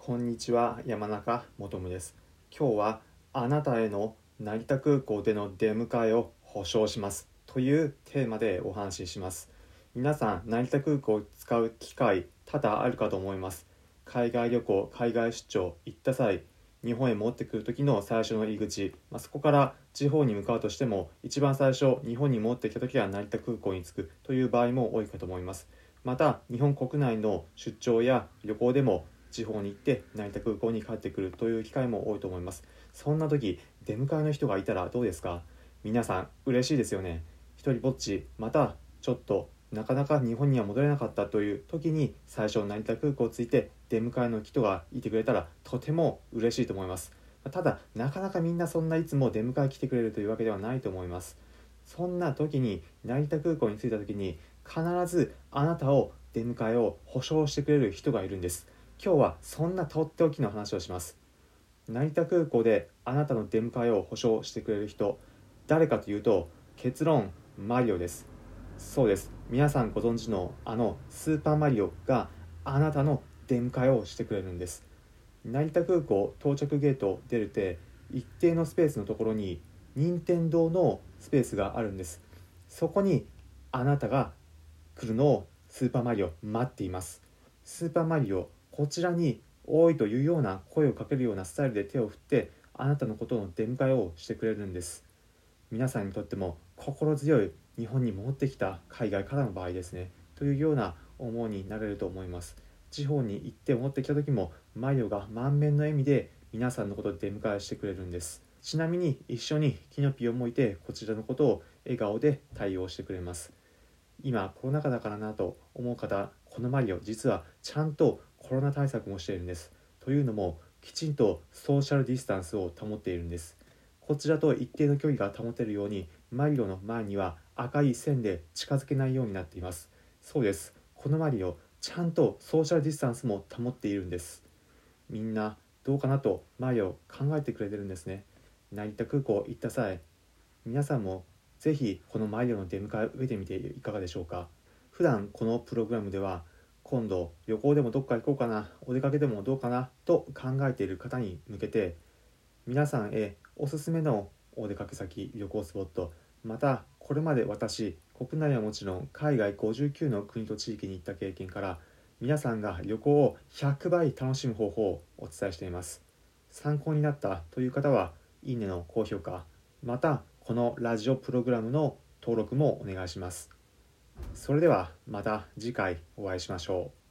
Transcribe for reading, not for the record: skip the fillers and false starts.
こんにちは、山中もとむです。今日はあなたへの成田空港での出迎えを保証しますというテーマでお話しします。皆さん、成田空港を使う機会多々あるかと思います。海外旅行、海外出張行った際、日本へ戻ってくる時の最初の入り口、そこから地方に向かうとしても、一番最初、日本に戻ってきた時は成田空港に着くという場合も多いかと思います。また、日本国内の出張や旅行でも地方に行って成田空港に帰ってくるという機会も多いと思います。そんな時、出迎えの人がいたらどうですか？皆さん嬉しいですよね。一人ぼっち、またちょっとなかなか日本には戻れなかったという時に最初成田空港に着いて出迎えの人がいてくれたらとても嬉しいと思います。ただなかなかみんなそんないつも出迎え来てくれるというわけではないと思います。そんな時に成田空港に着いた時に必ずあなたを出迎えを保証してくれる人がいるんです。今日はそんなとっておきの話をします。成田空港であなたの出迎えを保証してくれる人、誰かというと、結論、マリオです。そうです。皆さんご存知のスーパーマリオがあなたの出迎えをしてくれるんです。成田空港到着ゲートを出るて一定のスペースのところに任天堂のスペースがあるんです。そこにあなたが来るのをスーパーマリオ待っています。スーパーマリオ、こちらに多いというような声をかけるようなスタイルで手を振ってあなたのことの出迎えをしてくれるんです。皆さんにとっても心強い日本に戻ってきた海外からの場合ですねというような思いになれると思います。地方に行って戻ってきた時もマリオが満面の笑みで皆さんのことを出迎えしてくれるんです。ちなみに一緒にキノピオもいてこちらのことを笑顔で対応してくれます。今コロナ禍だからなと思う方、このマリオ実はちゃんとコロナ対策もしているんです。というのもきちんとソーシャルディスタンスを保っているんです。こちらと一定の距離が保てるようにマリオの前には赤い線で近づけないようになっています。そうです。このマリオちゃんとソーシャルディスタンスも保っているんです。みんなどうかなとマリオ考えてくれてるんですね。成田空港行った際、皆さんもぜひこのマリオの出迎えを受けてみていかがでしょうか。普段このプログラムでは今度旅行でもどっか行こうかな、お出かけでもどうかなと考えている方に向けて皆さんへおすすめのお出かけ先、旅行スポット、またこれまで私国内はもちろん海外59の国と地域に行った経験から皆さんが旅行を100倍楽しむ方法をお伝えしています。参考になったという方はいいねの高評価、またこのラジオプログラムの登録もお願いします。それではまた次回お会いしましょう。